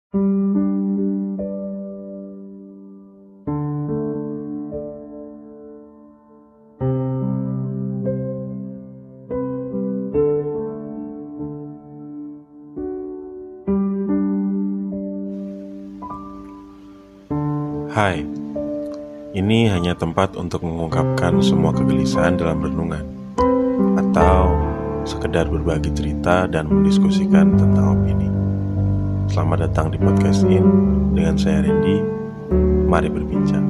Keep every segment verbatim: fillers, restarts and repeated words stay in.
Hai, ini hanya tempat untuk mengungkapkan semua kegelisahan dalam renungan, atau sekedar berbagi cerita dan mendiskusikan tentang opini. Selamat datang di podcast In dengan saya Randy. Mari berbincang.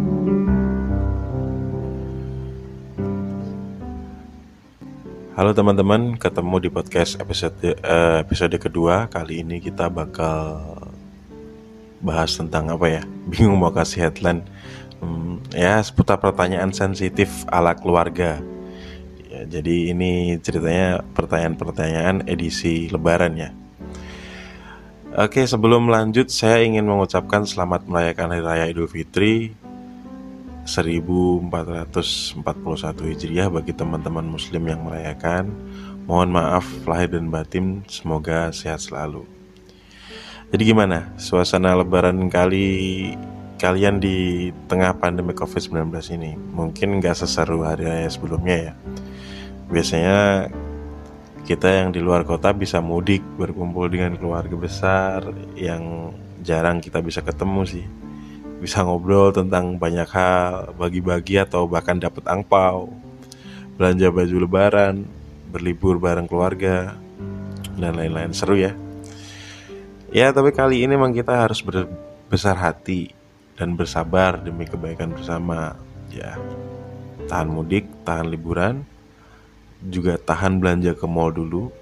Halo teman-teman, ketemu di podcast episode uh, episode kedua. Kali ini kita bakal bahas tentang apa ya? Bingung mau kasih headline. Hmm, ya seputar pertanyaan sensitif ala keluarga. Ya, jadi ini ceritanya pertanyaan-pertanyaan edisi Lebaran ya. Oke, sebelum lanjut saya ingin mengucapkan selamat merayakan Hari Raya Idul Fitri seribu empat ratus empat puluh satu Hijriah bagi teman-teman muslim yang merayakan. Mohon maaf lahir dan batin, semoga sehat selalu. Jadi gimana suasana Lebaran kali kalian di tengah pandemi covid sembilan belas ini? Mungkin gak seseru hari raya sebelumnya ya. Biasanya kita yang di luar kota bisa mudik, berkumpul dengan keluarga besar yang jarang kita bisa ketemu sih. Bisa ngobrol tentang banyak hal, bagi-bagi atau bahkan dapat angpau, belanja baju lebaran, berlibur bareng keluarga, dan lain-lain. Seru ya. Ya, tapi kali ini memang kita harus berbesar hati dan bersabar demi kebaikan bersama. Ya, tahan mudik, tahan liburan, juga tahan belanja ke mall dulu.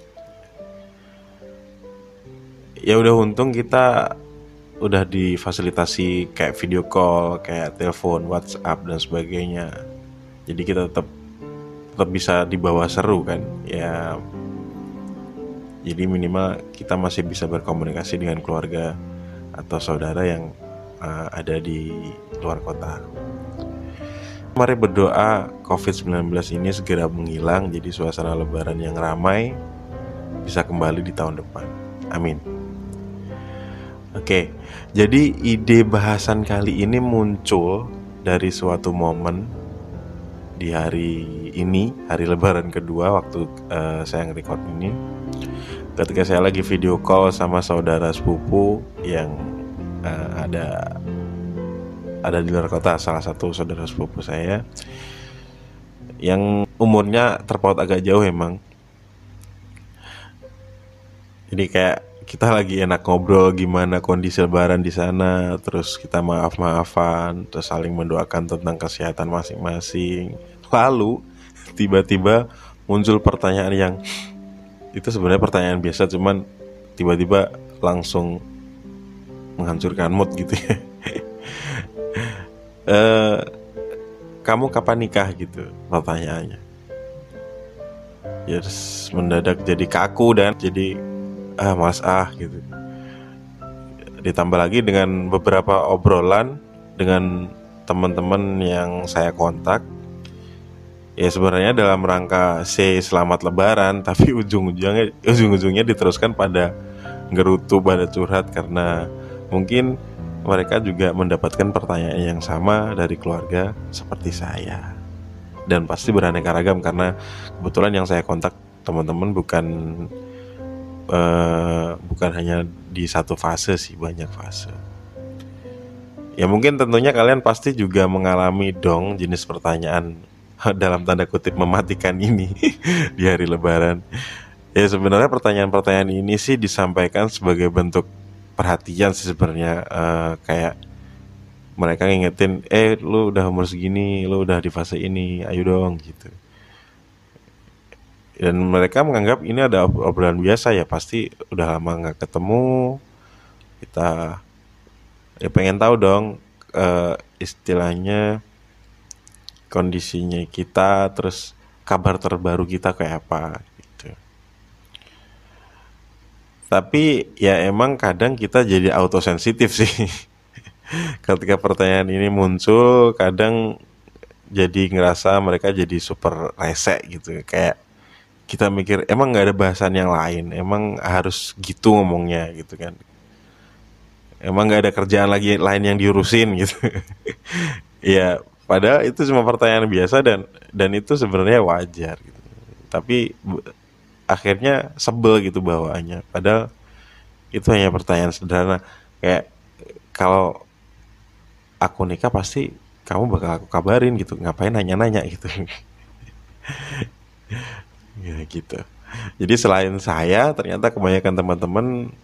Ya udah untung kita udah difasilitasi kayak video call, kayak telepon, WhatsApp dan sebagainya. Jadi kita tetap tetap bisa dibawa seru kan. Ya, jadi minimal kita masih bisa berkomunikasi dengan keluarga atau saudara yang uh, ada di luar kota. Mari berdoa covid sembilan belas ini segera menghilang, jadi suasana lebaran yang ramai bisa kembali di tahun depan. Amin. Oke, jadi ide bahasan kali ini muncul dari suatu momen di hari ini, hari lebaran kedua waktu uh, saya nge-record ini. Ketika saya lagi video call sama saudara sepupu yang uh, ada ada di luar kota, salah satu saudara sepupu saya yang umurnya terpaut agak jauh emang. Jadi kayak kita lagi enak ngobrol gimana kondisi lebaran di sana, terus kita maaf-maafan, terus saling mendoakan tentang kesehatan masing-masing. Lalu tiba-tiba muncul pertanyaan yang itu sebenarnya pertanyaan biasa, cuman tiba-tiba langsung menghancurkan mood gitu ya. e, Kamu kapan nikah gitu pertanyaannya. Ya terus mendadak jadi kaku dan jadi ah malas ah gitu. Ditambah lagi dengan beberapa obrolan dengan teman-teman yang saya kontak. Ya sebenarnya dalam rangka say selamat lebaran, tapi ujung-ujungnya ujung-ujungnya diteruskan pada ngerutu, pada curhat karena mungkin mereka juga mendapatkan pertanyaan yang sama dari keluarga seperti saya. Dan pasti beraneka ragam karena kebetulan yang saya kontak teman-teman bukan uh, bukan hanya di satu fase sih, banyak fase. Ya mungkin tentunya kalian pasti juga mengalami dong jenis pertanyaan dalam tanda kutip mematikan ini di hari lebaran. Ya sebenarnya pertanyaan-pertanyaan ini sih disampaikan sebagai bentuk perhatian sih sebenarnya, uh, kayak mereka ngingetin, eh lu udah umur segini, lu udah di fase ini, ayo dong gitu. Dan mereka menganggap ini ada obrolan biasa ya, pasti udah lama nggak ketemu, kita ya pengen tahu dong uh, istilahnya kondisinya kita, terus kabar terbaru kita kayak apa gitu. Tapi ya emang kadang kita jadi autosensitif sih. Ketika pertanyaan ini muncul, kadang jadi ngerasa mereka jadi super rese gitu. Kayak kita mikir emang gak ada bahasan yang lain, emang harus gitu ngomongnya gitu kan. emang nggak ada kerjaan lagi lain yang diurusin gitu. Ya padahal itu cuma pertanyaan biasa dan dan itu sebenarnya wajar gitu. Tapi b- akhirnya sebel gitu bawaannya, padahal itu hanya pertanyaan sederhana kayak, kalau aku nikah pasti kamu bakal aku kabarin gitu, ngapain nanya-nanya gitu. Ya gitu. Jadi selain saya, ternyata kebanyakan teman-teman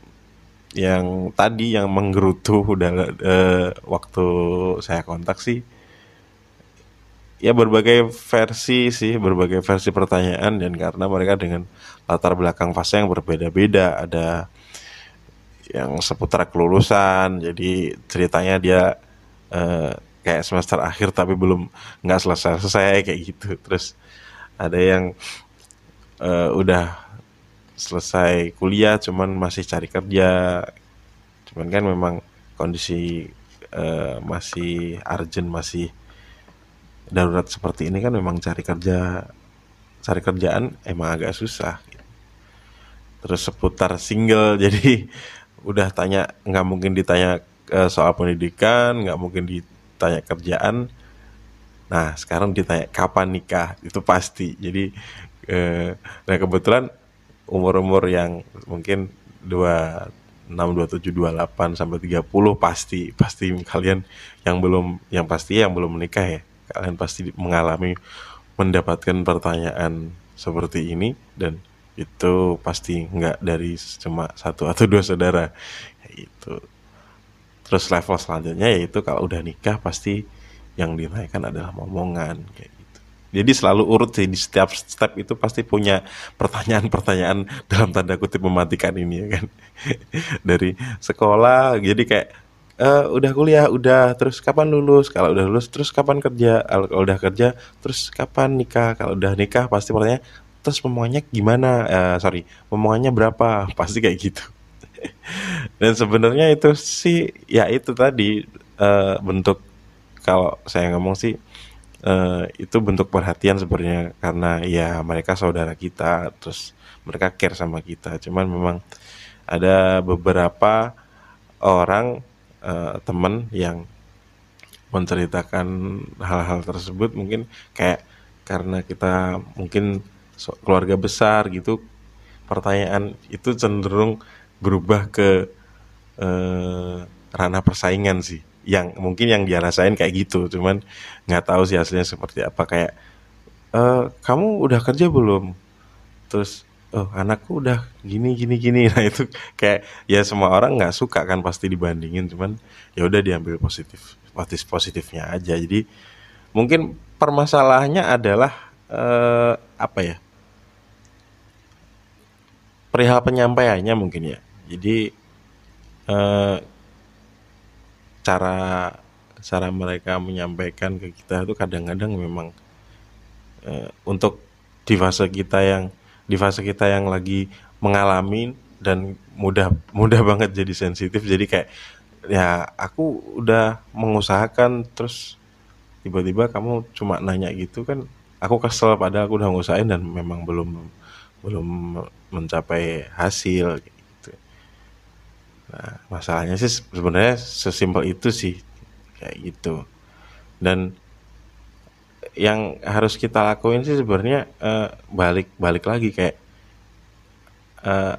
yang tadi yang menggerutu udah eh, waktu saya kontak sih, ya berbagai versi sih, berbagai versi pertanyaan, dan karena mereka dengan latar belakang fase yang berbeda-beda, ada yang seputar kelulusan, jadi ceritanya dia eh, kayak semester akhir tapi belum, nggak selesai selesai kayak gitu. Terus ada yang eh, udah selesai kuliah cuman masih cari kerja, cuman kan memang kondisi eh, masih urgent, masih darurat seperti ini kan, memang cari kerja cari kerjaan emang agak susah. Terus seputar single, jadi udah tanya, nggak mungkin ditanya eh, soal pendidikan, nggak mungkin ditanya kerjaan. Nah sekarang ditanya kapan nikah, itu pasti. Jadi eh, nah kebetulan umur-umur yang mungkin dua enam, dua tujuh, dua delapan sampai tiga puluh, pasti pasti kalian yang belum, yang pasti yang belum menikah ya, kalian pasti mengalami mendapatkan pertanyaan seperti ini, dan itu pasti nggak dari cuma satu atau dua saudara kayak gitu. Terus level selanjutnya yaitu kalau udah nikah pasti yang dinaikkan adalah momongan kayak gitu. Jadi selalu urut sih, di setiap step itu pasti punya pertanyaan-pertanyaan dalam tanda kutip mematikan ini ya kan. Dari sekolah jadi kayak, eh udah kuliah, udah, terus kapan lulus, kalau udah lulus terus kapan kerja, kalau udah kerja terus kapan nikah, kalau udah nikah pasti pertanyaan, terus momongannya gimana, eh, sorry momongannya berapa, pasti kayak gitu. Dan sebenarnya itu sih ya itu tadi, eh, bentuk, kalau saya ngomong sih, eh, itu bentuk perhatian sebenarnya, karena ya mereka saudara kita, terus mereka care sama kita. Cuman memang ada beberapa orang, eh, teman yang menceritakan hal-hal tersebut, mungkin kayak karena kita mungkin so- keluarga besar gitu, pertanyaan itu cenderung berubah ke eh, ranah persaingan sih, yang mungkin yang dia rasain kayak gitu, cuman nggak tahu sih aslinya seperti apa. Kayak, "Eh, kamu udah kerja belum?" Terus, "Oh anakku udah gini gini gini." Nah itu kayak, ya semua orang nggak suka kan pasti dibandingin, cuman ya udah diambil positif positif positifnya aja. Jadi mungkin permasalahannya adalah eh, apa ya, perihal penyampaiannya mungkin ya. Jadi eh, cara cara mereka menyampaikan ke kita itu kadang-kadang memang eh, untuk di fase kita yang di fase kita yang lagi mengalami dan mudah mudah banget jadi sensitif. Jadi kayak, ya aku udah mengusahakan, terus tiba-tiba kamu cuma nanya gitu kan, aku kesel, padahal aku udah ngusahain dan memang belum belum mencapai hasil gitu. Nah, masalahnya sih sebenarnya sesimpel itu sih kayak gitu. Dan yang harus kita lakuin sih sebenarnya eh, balik balik lagi kayak, eh,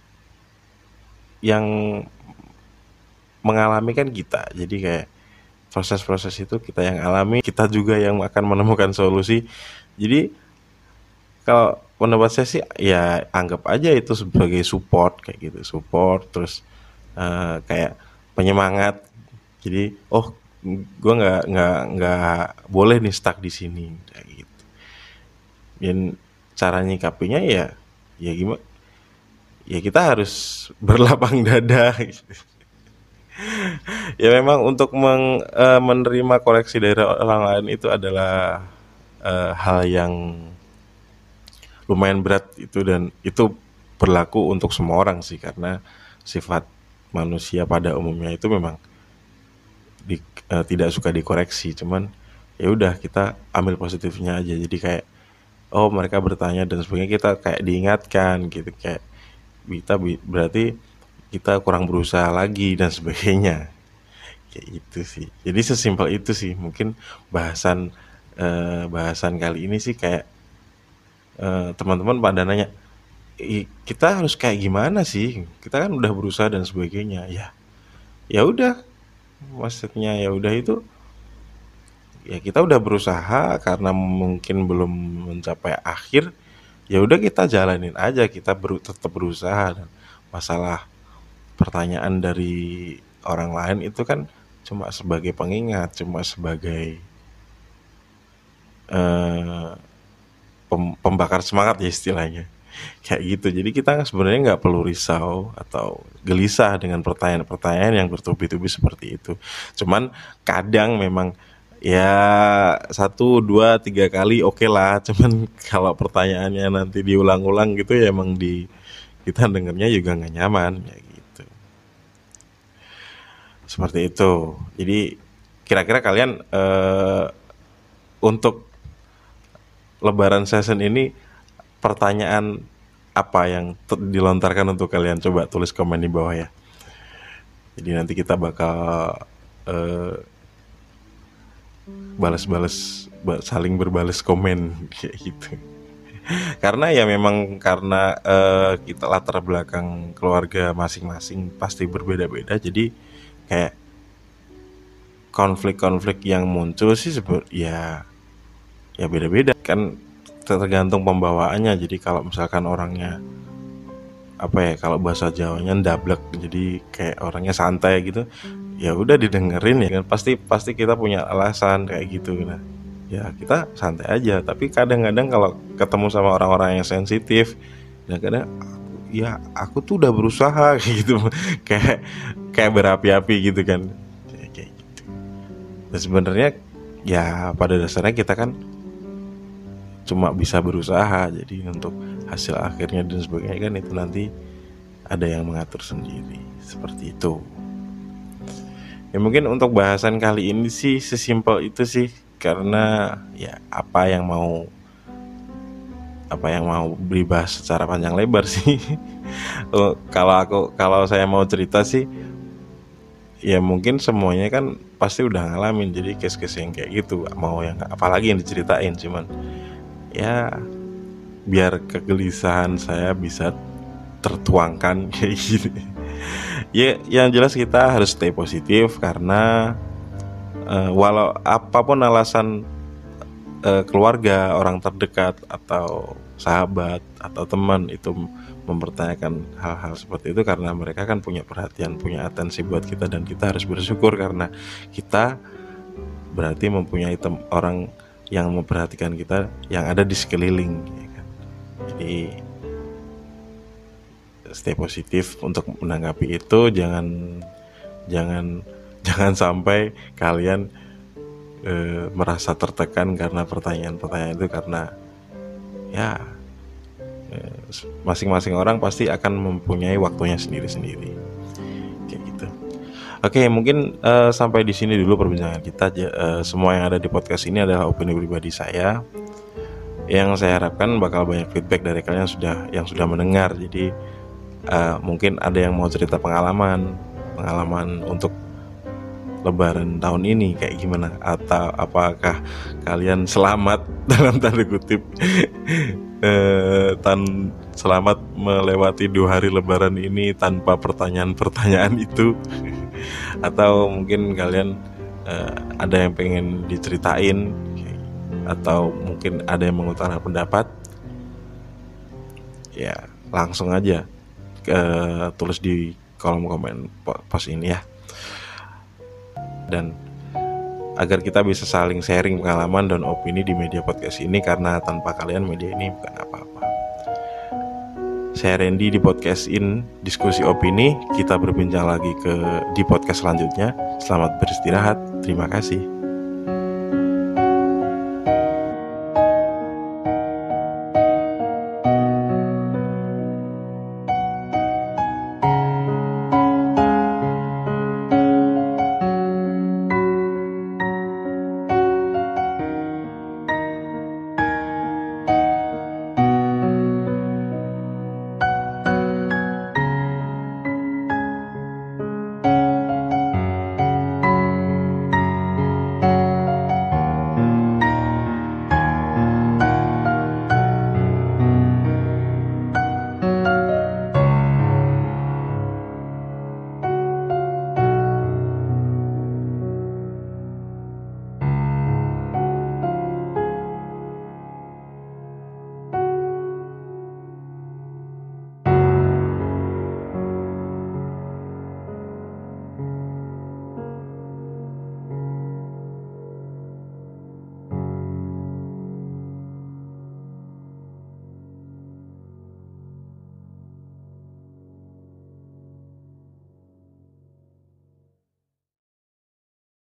yang mengalami kan kita. Jadi kayak proses-proses itu kita yang alami, kita juga yang akan menemukan solusi. Jadi kalau pendapat saya sih ya anggap aja itu sebagai support kayak gitu, support, terus eh, kayak penyemangat. Jadi oh, gue nggak nggak nggak boleh nih stuck di sini kayak gitu. Dan cara nyikapinya ya ya gimana, ya kita harus berlapang dada gitu. Ya memang untuk meng- eh, menerima koreksi dari orang lain itu adalah eh, hal yang lumayan berat itu, dan itu berlaku untuk semua orang sih, karena sifat manusia pada umumnya itu memang di, eh, tidak suka dikoreksi. Cuman ya udah, kita ambil positifnya aja. Jadi kayak, oh mereka bertanya dan sebagainya, kita kayak diingatkan gitu, kayak kita bi- berarti kita kurang berusaha lagi dan sebagainya. Kayak gitu sih. Jadi sesimpel itu sih mungkin bahasan eh, bahasan kali ini sih kayak eh, teman-teman pada nanya, "Ih, kita harus kayak gimana sih? Kita kan udah berusaha dan sebagainya." Ya, ya udah, maksudnya ya udah itu ya kita udah berusaha karena mungkin belum mencapai akhir, ya udah kita jalanin aja, kita beru- tetap berusaha. Dan masalah pertanyaan dari orang lain itu kan cuma sebagai pengingat, cuma sebagai eh, pem- pembakar semangat ya istilahnya. Kayak gitu. Jadi kita sebenarnya nggak perlu risau atau gelisah dengan pertanyaan-pertanyaan yang bertubi-tubi seperti itu. Cuman kadang memang ya satu, dua, tiga kali oke lah. Cuman kalau pertanyaannya nanti diulang-ulang gitu ya emang di kita dengernya juga nggak nyaman ya gitu. Seperti itu. Jadi kira-kira kalian eh, untuk Lebaran season ini pertanyaan apa yang t- dilontarkan untuk kalian? Coba tulis komen di bawah ya. Jadi nanti kita bakal eh, balas-balas ba- saling berbalas komen kayak gitu. Karena ya memang karena eh, kita latar belakang keluarga masing-masing pasti berbeda-beda. Jadi kayak konflik-konflik yang muncul sih sebe- ya ya beda-beda kan, tergantung pembawaannya. Jadi kalau misalkan orangnya apa ya, kalau bahasa Jawanya ndablek, jadi kayak orangnya santai gitu, ya udah didengerin ya kan, pasti pasti kita punya alasan kayak gitu. Nah ya kita santai aja. Tapi kadang-kadang kalau ketemu sama orang-orang yang sensitif, ya kadang ya aku tuh udah berusaha kayak gitu, kayak kayak berapi-api gitu kan, kayak kayak gitu. Dan sebenarnya ya pada dasarnya kita kan cuma bisa berusaha. Jadi untuk hasil akhirnya dan sebagainya kan itu nanti ada yang mengatur sendiri. Seperti itu. Ya mungkin untuk bahasan kali ini sih sesimpel itu sih. Karena ya apa yang mau apa yang mau dibahas secara panjang lebar sih. Oh, kalau aku kalau saya mau cerita sih ya mungkin semuanya kan pasti udah ngalamin. Jadi case-case yang kayak gitu, mau yang apalagi yang diceritain, cuman ya biar kegelisahan saya bisa tertuangkan kayak gitu. Ya yang jelas kita harus stay positif karena uh, walau apapun alasan uh, keluarga, orang terdekat atau sahabat atau teman itu mempertanyakan hal-hal seperti itu, karena mereka kan punya perhatian, punya atensi buat kita, dan kita harus bersyukur karena kita berarti mempunyai tem- orang yang memperhatikan kita yang ada di sekeliling ya kan? Jadi stay positif untuk menanggapi itu. Jangan jangan jangan sampai kalian e, merasa tertekan karena pertanyaan-pertanyaan itu, karena ya e, masing-masing orang pasti akan mempunyai waktunya sendiri-sendiri kayak gitu. Oke, mungkin e, sampai di sini dulu perbincangan kita. E, semua yang ada di podcast ini adalah opini pribadi saya. Yang saya harapkan bakal banyak feedback dari kalian sudah yang sudah mendengar. Jadi Uh, mungkin ada yang mau cerita pengalaman pengalaman untuk Lebaran tahun ini kayak gimana, atau apakah kalian selamat dalam tanda kutip uh, tan selamat melewati dua hari Lebaran ini tanpa pertanyaan-pertanyaan itu. Atau mungkin kalian uh, ada yang pengen diceritain, atau mungkin ada yang mengutarakan pendapat, ya langsung aja Uh, tulis di kolom komen post ini ya. Dan agar kita bisa saling sharing pengalaman dan opini di media podcast ini, karena tanpa kalian media ini bukan apa-apa. Saya Randy di podcast in diskusi opini. Kita berbincang lagi ke di podcast selanjutnya. Selamat beristirahat. Terima kasih.